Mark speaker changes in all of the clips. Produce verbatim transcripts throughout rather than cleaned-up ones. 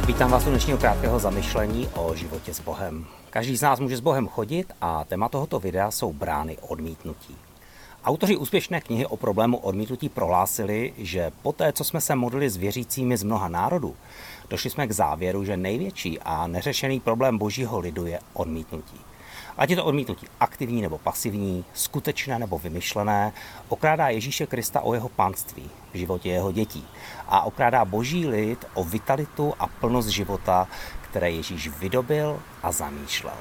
Speaker 1: Vítám vás u dnešního krátkého zamyšlení o životě s Bohem. Každý z nás může s Bohem chodit a téma tohoto videa jsou brány odmítnutí. Autoři úspěšné knihy o problému odmítnutí prohlásili, že poté, co jsme se modlili s věřícími z mnoha národů, došli jsme k závěru, že největší a neřešený problém božího lidu je odmítnutí. Ať je to odmítnutí aktivní nebo pasivní, skutečné nebo vymyšlené, okrádá Ježíše Krista o jeho panství v životě jeho dětí a okrádá boží lid o vitalitu a plnost života, které Ježíš vydobil a zamýšlel.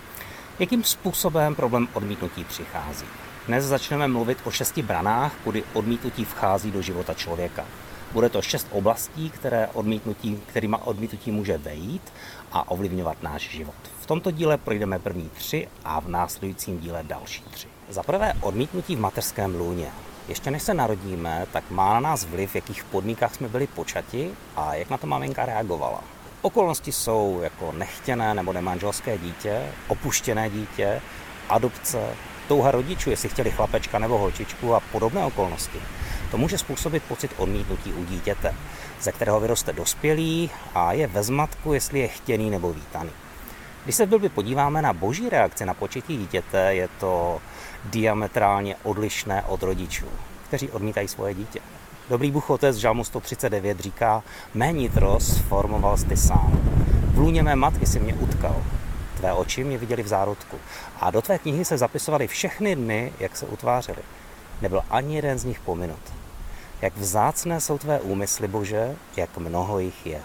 Speaker 1: Jakým způsobem problém odmítnutí přichází? Dnes začneme mluvit o šesti branách, kudy odmítnutí vchází do života člověka. Bude to šest oblastí, které odmítnutí, kterýma odmítnutí může vejít a ovlivňovat náš život. V tomto díle projdeme první tři a v následujícím díle další tři. Za prvé odmítnutí v mateřském lůně. Ještě než se narodíme, tak má na nás vliv, v jakých podmínkách jsme byli počati a jak na to maminka reagovala. Okolnosti jsou jako nechtěné nebo nemanželské dítě, opuštěné dítě, adopce, touha rodičů, jestli chtěli chlapečka nebo holčičku a podobné okolnosti. To může způsobit pocit odmítnutí u dítěte, ze kterého vyroste dospělý a je ve zmatku, jestli je chtěný nebo vítaný. Když se v Bibli podíváme na boží reakci na početí dítěte, je to diametrálně odlišné od rodičů, kteří odmítají svoje dítě. Dobrý Bůh Otec v Žalmu sto třicet devět říká: Mé nitro sformoval jsi ty sám. V lůně mé matky si mě utkal. Tvé oči mě viděli v zárodku. A do tvé knihy se zapisovaly všechny dny, jak se utvářely. Nebyl ani jeden z nich pominut. Jak vzácné jsou tvé úmysly, Bože, jak mnoho jich je.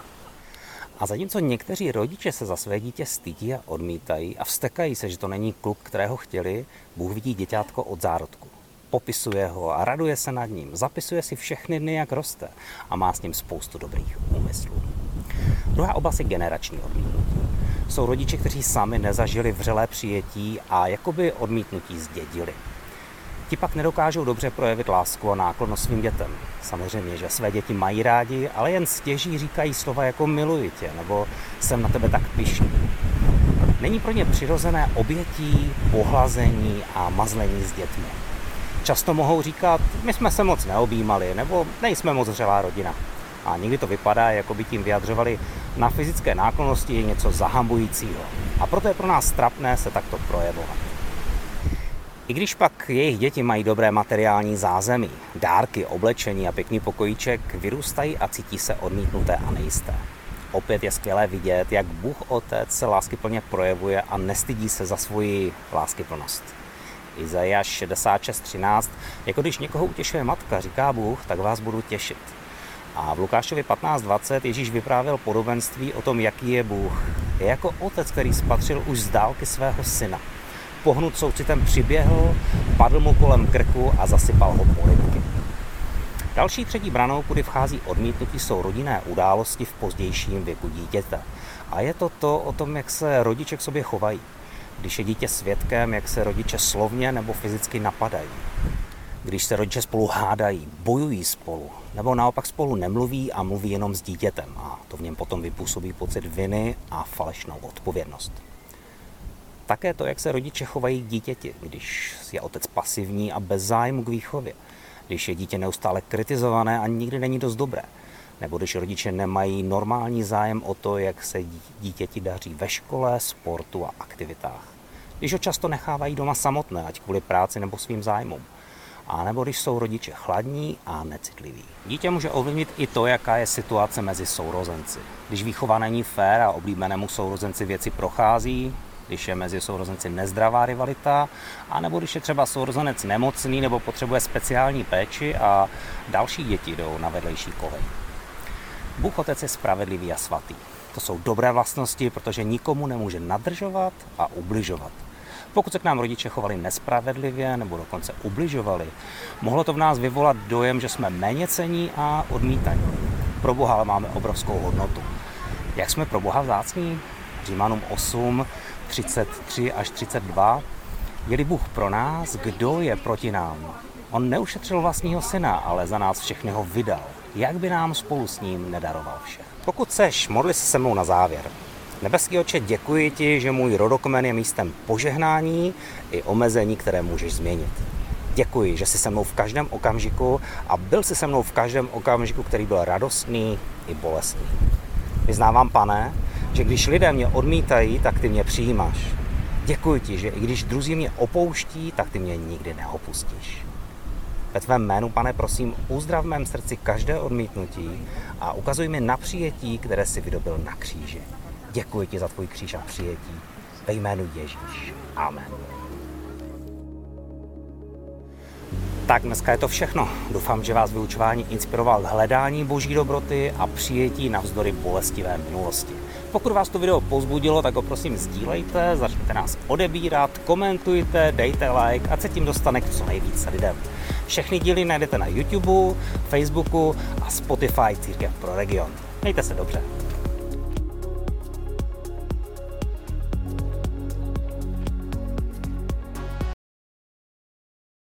Speaker 1: A zatímco někteří rodiče se za své dítě stydí a odmítají a vztekají se, že to není kluk, kterého chtěli, Bůh vidí děťátko od zárodku. Popisuje ho a raduje se nad ním. Zapisuje si všechny dny, jak roste a má s ním spoustu dobrých úmyslů. Druhá oblast je generační odmítnutí. Jsou rodiče, kteří sami nezažili vřelé přijetí a jakoby odmítnutí zdědili. Ti pak nedokážou dobře projevit lásku a náklonnost svým dětem. Samozřejmě, že své děti mají rádi, ale jen stěží říkají slova jako miluji tě, nebo jsem na tebe tak pyšný. Není pro ně přirozené obětí, pohlazení a mazlení s dětmi. Často mohou říkat, my jsme se moc neobjímali, nebo nejsme moc vřelá rodina. A někdy to vypadá, jako by tím vyjadřovali na fyzické náklonnosti něco zahambujícího. A proto je pro nás trapné se takto projevovat. I když pak jejich děti mají dobré materiální zázemí, dárky, oblečení a pěkný pokojíček, vyrůstají a cítí se odmítnuté a nejisté. Opět je skvělé vidět, jak Bůh Otec se láskyplně projevuje a nestydí se za svoji láskyplnost. Izajáš šedesát šest třináct, jako když někoho utěšuje matka, říká Bůh, tak vás budu těšit. A v Lukášovi patnáct dvacet Ježíš vyprávěl podobenství o tom, jaký je Bůh. Je jako otec, který spatřil už z dálky svého syna. Pohnut soucitem přiběhl, padl mu kolem krku a zasypal ho polibky. Další třetí branou, kudy vchází odmítnutí, jsou rodinné události v pozdějším věku dítěte. A je to to o tom, jak se rodiče k sobě chovají. Když je dítě svědkem, jak se rodiče slovně nebo fyzicky napadají. Když se rodiče spolu hádají, bojují spolu, nebo naopak spolu nemluví a mluví jenom s dítětem. A to v něm potom vypůsobí pocit viny a falešnou odpovědnost. Také to, jak se rodiče chovají k dítěti, když je otec pasivní a bez zájmu k výchově, když je dítě neustále kritizované a nikdy není dost dobré, nebo když rodiče nemají normální zájem o to, jak se dítěti daří ve škole, sportu a aktivitách. Když ho často nechávají doma samotné, ať kvůli práci nebo svým zájmům. A nebo když jsou rodiče chladní a necitliví. Dítě může ovlivnit i to, jaká je situace mezi sourozenci. Když výchova není fér a oblíbenému sourozenci věci prochází, když je mezi sourozenci nezdravá rivalita, anebo když je třeba sourozenec nemocný nebo potřebuje speciální péči a další děti jdou na vedlejší kolej. Bůh Otec je spravedlivý a svatý. To jsou dobré vlastnosti, protože nikomu nemůže nadržovat a ubližovat. Pokud se k nám rodiče chovali nespravedlivě nebo dokonce ubližovali, mohlo to v nás vyvolat dojem, že jsme méněcenní a odmítaní. Pro Boha ale máme obrovskou hodnotu. Jak jsme pro Boha vzácní? Římanům osm, třicet tři až třicet dva. Je-li Bůh pro nás, kdo je proti nám? On neušetřil vlastního syna, ale za nás všechny ho vydal. Jak by nám spolu s ním nedaroval vše? Pokud seš, modli se se mnou na závěr. Nebeský Otče, děkuji ti, že můj rodokmen je místem požehnání i omezení, které můžeš změnit. Děkuji, že jsi se mnou v každém okamžiku a byl jsi se mnou v každém okamžiku, který byl radostný i bolestný. Vyznávám, Pane, že když lidé mě odmítají, tak ty mě přijímáš. Děkuji ti, že i když druzí mě opouští, tak ty mě nikdy neopustíš. Ve tvém jménu, Pane, prosím, uzdrav v mém srdci každé odmítnutí a ukazuj mi na přijetí, které jsi vydobil na kříži. Děkuji ti za tvůj kříž a přijetí. Ve jménu Ježíš. Amen. Tak dneska je to všechno. Doufám, že vás vyučování inspiroval k hledání boží dobroty a přijetí navzdory bolestivé minulosti. Pokud vás to video povzbudilo, tak ho prosím sdílejte, začněte nás odebírat, komentujte, dejte like, ať se tím dostane k co nejvíce lidem. Všechny díly najdete na YouTube, Facebooku a Spotify Církev pro region. Mějte se dobře.